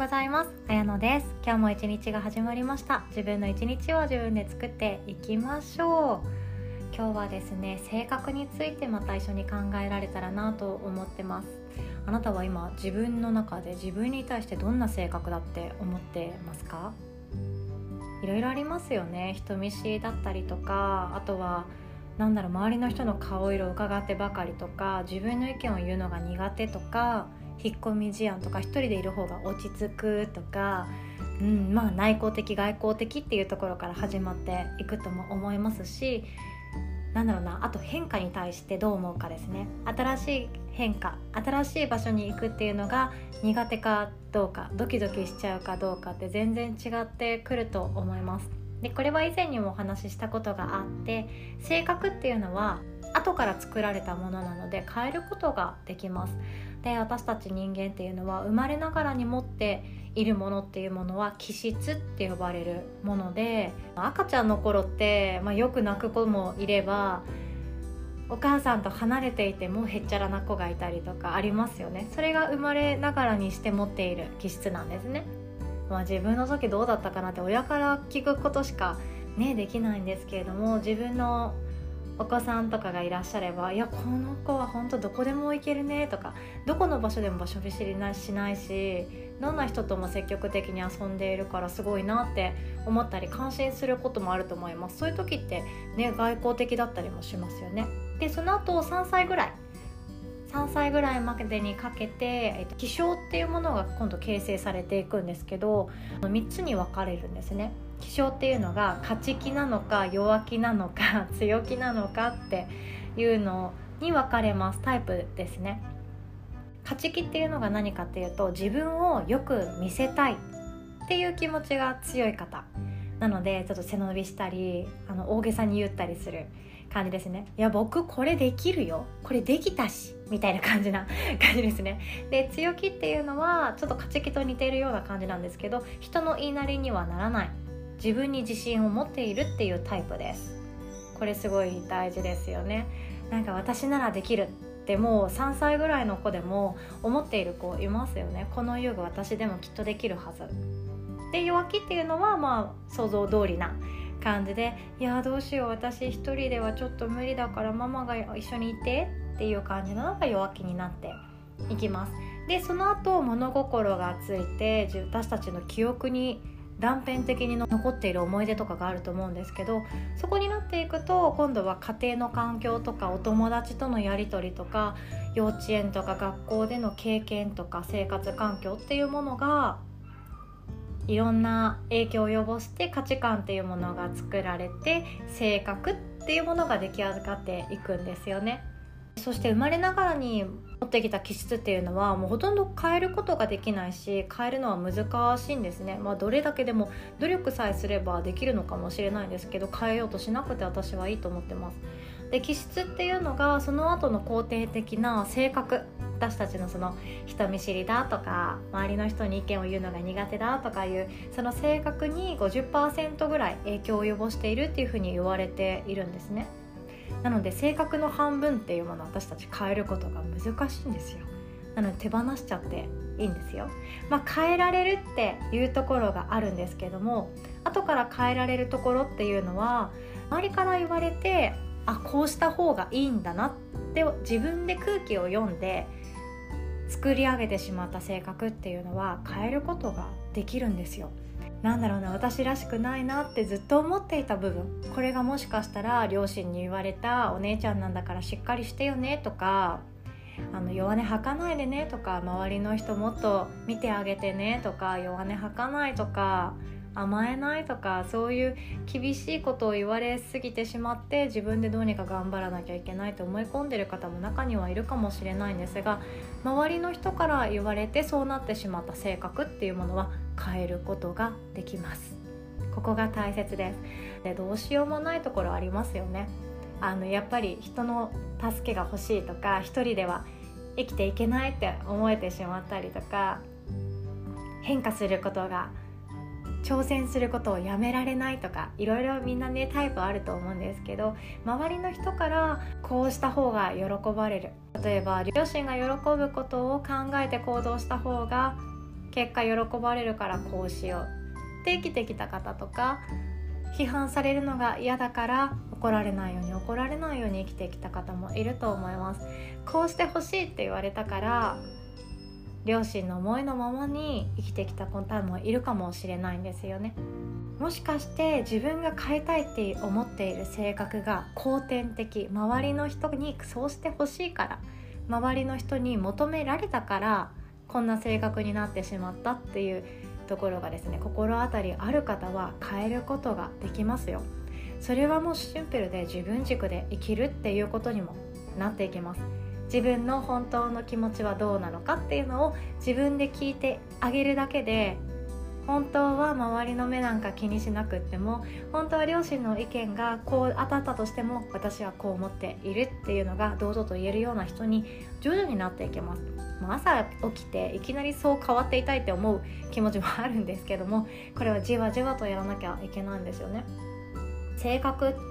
ございます。あやのです。今日も一日が始まりました。自分の一日を自分で作っていきましょう。今日はですね、性格についてまた一緒に考えられたらなと思ってます。あなたは今自分の中で自分に対してどんな性格だって思ってますか？いろいろありますよね。人見知りだったりとか、あとは周りの人の顔色を伺ってばかりとか、自分の意見を言うのが苦手とか、引っ込み思案とか、一人でいる方が落ち着くとか、内向的外向的っていうところから始まっていくとも思いますし、あと変化に対してどう思うかですね。新しい変化、新しい場所に行くっていうのが苦手かどうか、ドキドキしちゃうかどうかって全然違ってくると思います。で、これは以前にもお話ししたことがあって、性格っていうのは後から作られたものなので変えることができます。で、私たち人間っていうのは生まれながらに持っているものっていうものは気質って呼ばれるもので、赤ちゃんの頃って、よく泣く子もいれば、お母さんと離れていてもへっちゃらな子がいたりとかありますよね。それが生まれながらにして持っている気質なんですね。自分の時どうだったかなって親から聞くことしかできないんですけれども、自分のお子さんとかがいらっしゃれば、いやこの子は本当どこでも行けるねとか、どこの場所でも場所見知りしないし、どんな人とも積極的に遊んでいるからすごいなって思ったり感心することもあると思います。そういう時って外交的だったりもしますよね。で、その後3歳ぐらいまでにかけて、気性っていうものが今度形成されていくんですけど、3つに分かれるんですね。気性っていうのが勝ち気なのか弱気なのか強気なのかっていうのに分かれます。タイプですね。勝ち気っていうのが何かっていうと、自分をよく見せたいっていう気持ちが強い方なので、ちょっと背伸びしたり大げさに言ったりする感じですね。いや僕これできるよ、これできたしみたいな感じですね。で、強気っていうのはちょっと勝ち気と似ているような感じなんですけど、人の言いなりにはならない、自分に自信を持っているっていうタイプです。これすごい大事ですよね。私ならできるってもう3歳ぐらいの子でも思っている子いますよね。この遊具私でもきっとできるはずで、弱気っていうのは想像通りな感じで、いやどうしよう私一人ではちょっと無理だからママが一緒にいてっていう感じののが弱気になっていきます。で、その後物心がついて私たちの記憶に断片的に残っている思い出とかがあると思うんですけど、そこになっていくと今度は家庭の環境とかお友達とのやり取りとか幼稚園とか学校での経験とか生活環境っていうものがいろんな影響を及ぼして価値観っていうものが作られて、性格っていうものが出来上がっていくんですよね。そして生まれながらに持ってきた気質っていうのはもうほとんど変えることができないし、変えるのは難しいんですね。どれだけでも努力さえすればできるのかもしれないんですけど、変えようとしなくて私はいいと思ってます。で、気質っていうのがその後の肯定的な性格、私たちのその人見知りだとか周りの人に意見を言うのが苦手だとかいうその性格に 50% ぐらい影響を及ぼしているっていうふうに言われているんですね。なので性格の半分っていうものを私たち変えることが難しいんですよ。なので手放しちゃっていいんですよ。変えられるっていうところがあるんですけども、後から変えられるところっていうのは周りから言われて、こうした方がいいんだなって自分で空気を読んで作り上げてしまった性格っていうのは変えることができるんですよ。私らしくないなってずっと思っていた部分、これがもしかしたら両親に言われたお姉ちゃんなんだからしっかりしてよねとか、弱音吐かないでねとか、周りの人もっと見てあげてねとか、弱音吐かないとか甘えないとか、そういう厳しいことを言われすぎてしまって自分でどうにか頑張らなきゃいけないと思い込んでる方も中にはいるかもしれないんですが、周りの人から言われてそうなってしまった性格っていうものは変えることができます。ここが大切です。で、どうしようもないところありますよね。やっぱり人の助けが欲しいとか、一人では生きていけないって思えてしまったりとか、変化することが挑戦することをやめられないとか、いろいろみんなタイプあると思うんですけど、周りの人からこうした方が喜ばれる、例えば両親が喜ぶことを考えて行動した方が結果喜ばれるからこうしようって生きてきた方とか、批判されるのが嫌だから怒られないように生きてきた方もいると思います。こうしてほしいって言われたから両親の思いのままに生きてきた方もいるかもしれないんですよね。もしかして自分が変えたいって思っている性格が後天的、周りの人にそうしてほしいから、周りの人に求められたからこんな性格になってしまったっていうところがですね、心当たりある方は変えることができますよ。それはもうシンプルで自分軸で生きるっていうことにもなっていきます。自分の本当の気持ちはどうなのかっていうのを自分で聞いてあげるだけで、本当は周りの目なんか気にしなくっても、本当は両親の意見がこう当たったとしても私はこう思っているっていうのが堂々と言えるような人に徐々になっていきます。朝起きていきなりそう変わっていたいって思う気持ちもあるんですけども、これはじわじわとやらなきゃいけないんですよね。性格って、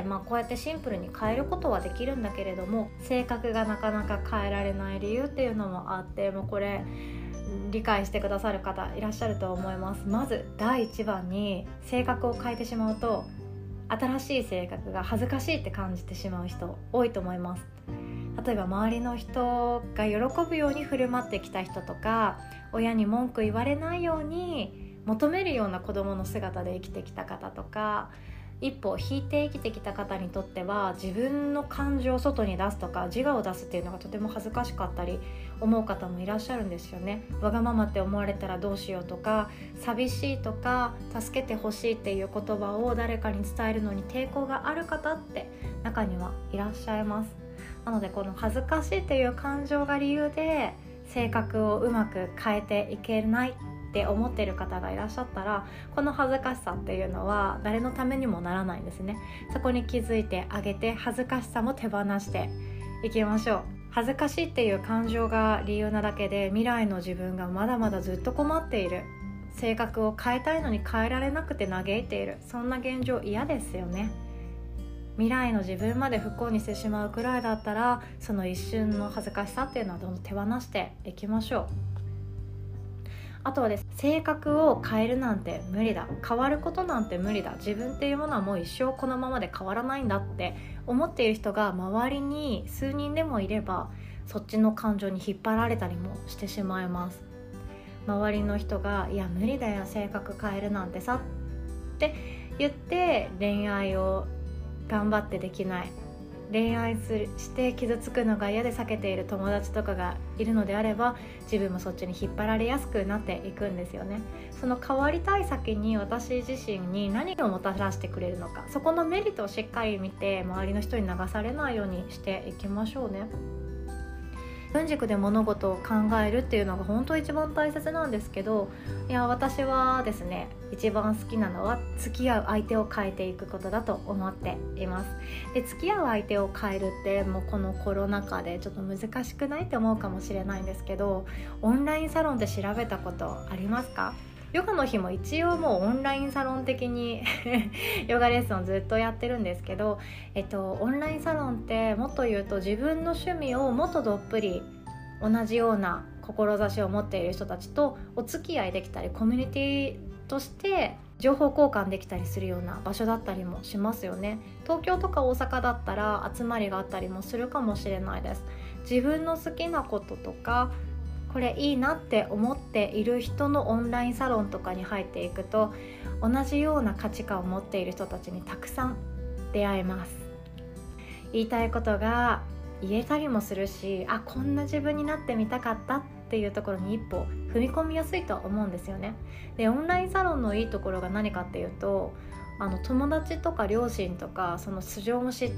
こうやってシンプルに変えることはできるんだけれども、性格がなかなか変えられない理由っていうのもあって、もうこれ理解してくださる方いらっしゃると思います。まず第一番に、性格を変えてしまうと新しい性格が恥ずかしいって感じてしまう人多いと思います。例えば周りの人が喜ぶように振る舞ってきた人とか、親に文句言われないように求めるような子供の姿で生きてきた方とか、一歩引いて生きてきた方にとっては自分の感情を外に出すとか自我を出すっていうのがとても恥ずかしかったり思う方もいらっしゃるんですよね。わがままって思われたらどうしようとか、寂しいとか助けてほしいっていう言葉を誰かに伝えるのに抵抗がある方って中にはいらっしゃいます。なのでこの恥ずかしいっていう感情が理由で性格をうまく変えていけないって思っている方がいらっしゃったら、この恥ずかしさっていうのは誰のためにもならないんですね。そこに気づいてあげて、恥ずかしさも手放していきましょう。恥ずかしいっていう感情が理由なだけで未来の自分がまだまだずっと困っている、性格を変えたいのに変えられなくて嘆いている、そんな現状嫌ですよね。未来の自分まで不幸にしてしまうくらいだったら、その一瞬の恥ずかしさっていうのはどんどん手放していきましょう。あとはです、性格を変えるなんて無理だ、変わることなんて無理だ、自分っていうものはもう一生このままで変わらないんだって思っている人が周りに数人でもいれば、そっちの感情に引っ張られたりもしてしまいます。周りの人がいや無理だよ性格変えるなんてさって言って恋愛を頑張ってできない、恋愛して傷つくのが嫌で避けている友達とかがいるのであれば、自分もそっちに引っ張られやすくなっていくんですよね。その変わりたい先に私自身に何をもたらしてくれるのか、そこのメリットをしっかり見て周りの人に流されないようにしていきましょうね。自分軸で物事を考えるっていうのが本当一番大切なんですけど、いや私はですね、一番好きなのは付き合う相手を変えていくことだと思っています。で、付き合う相手を変えるってもうこのコロナ禍でちょっと難しくないって思うかもしれないんですけど、オンラインサロンで調べたことありますか？ヨガの日も一応もうオンラインサロン的にヨガレッスンをずっとやってるんですけど、オンラインサロンってもっと言うと自分の趣味をもっとどっぷり同じような志を持っている人たちとお付き合いできたり、コミュニティとして情報交換できたりするような場所だったりもしますよね。東京とか大阪だったら集まりがあったりもするかもしれないです。自分の好きなこととかこれいいなって思っている人のオンラインサロンとかに入っていくと、同じような価値観を持っている人たちにたくさん出会えます。言いたいことが言えたりもするし、こんな自分になってみたかったっていうところに一歩踏み込みやすいと思うんですよね。で、オンラインサロンのいいところが何かっていうと、友達とか両親とかその素性も知って、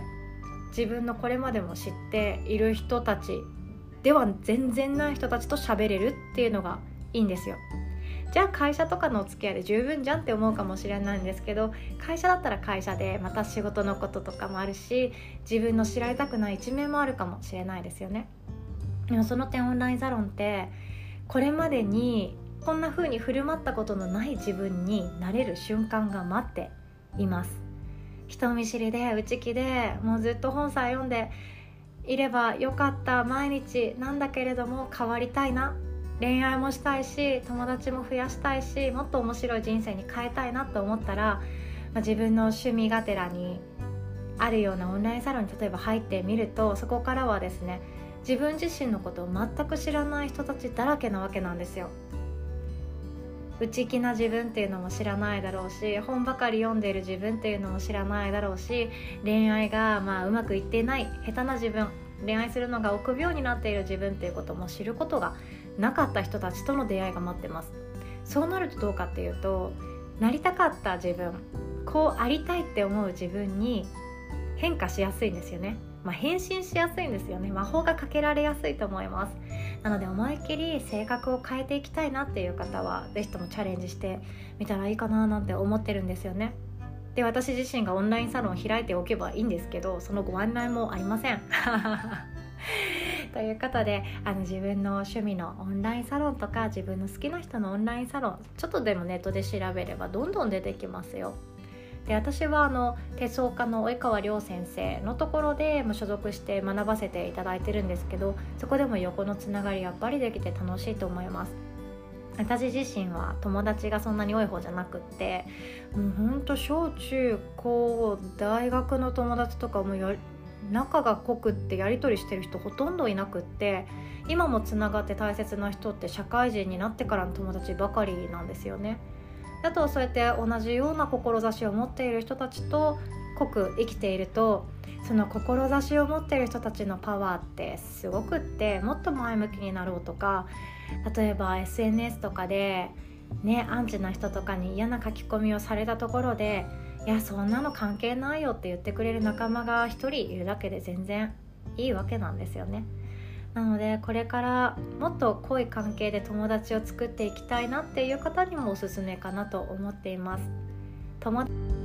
自分のこれまでも知っている人たちでは全然ない人たちと喋れるっていうのがいいんですよ。じゃあ会社とかのお付き合いで十分じゃんって思うかもしれないんですけど、会社だったら会社でまた仕事のこととかもあるし、自分の知られたくない一面もあるかもしれないですよね。でもその点オンラインサロンってこれまでにこんな風に振る舞ったことのない自分になれる瞬間が待っています。人見知りで内気でもうずっと本さえ読んでいればよかった毎日なんだけれども変わりたいなっ恋愛もしたいし友達も増やしたいし、もっと面白い人生に変えたいなと思ったら、自分の趣味がてらにあるようなオンラインサロンに例えば入ってみると、そこからはですね、自分自身のことを全く知らない人たちだらけなわけなんですよ。内気な自分っていうのも知らないだろうし、本ばかり読んでいる自分っていうのも知らないだろうし、恋愛がうまくいっていない下手な自分、恋愛するのが臆病になっている自分っていうことも知ることがなかった人たちとの出会いが待ってます。そうなるとどうかっていうと、なりたかった自分、こうありたいって思う自分に変化しやすいんですよね。変身しやすいんですよね。魔法がかけられやすいと思います。なので思いっきり性格を変えていきたいなっていう方はぜひともチャレンジしてみたらいいかななんて思ってるんですよね。で、私自身がオンラインサロンを開いておけばいいんですけど、そのご案内もありませんということで、自分の趣味のオンラインサロンとか自分の好きな人のオンラインサロン、ちょっとでもネットで調べればどんどん出てきますよ。で、私は手相家の及川亮先生のところで所属して学ばせていただいてるんですけど、そこでも横のつながりやっぱりできて楽しいと思います。私自身は友達がそんなに多い方じゃなくって、もうほんと小中高大学の友達とかも仲が濃くってやり取りしてる人ほとんどいなくって、今もつながって大切な人って社会人になってからの友達ばかりなんですよね。あとそうやって同じような志を持っている人たちと濃く生きていると、その志を持っている人たちのパワーってすごくって、もっと前向きになろうとか、例えば SNS とかでアンチな人とかに嫌な書き込みをされたところで、いやそんなの関係ないよって言ってくれる仲間が一人いるだけで全然いいわけなんですよね。なのでこれからもっと濃い関係で友達を作っていきたいなっていう方にもおすすめかなと思っています。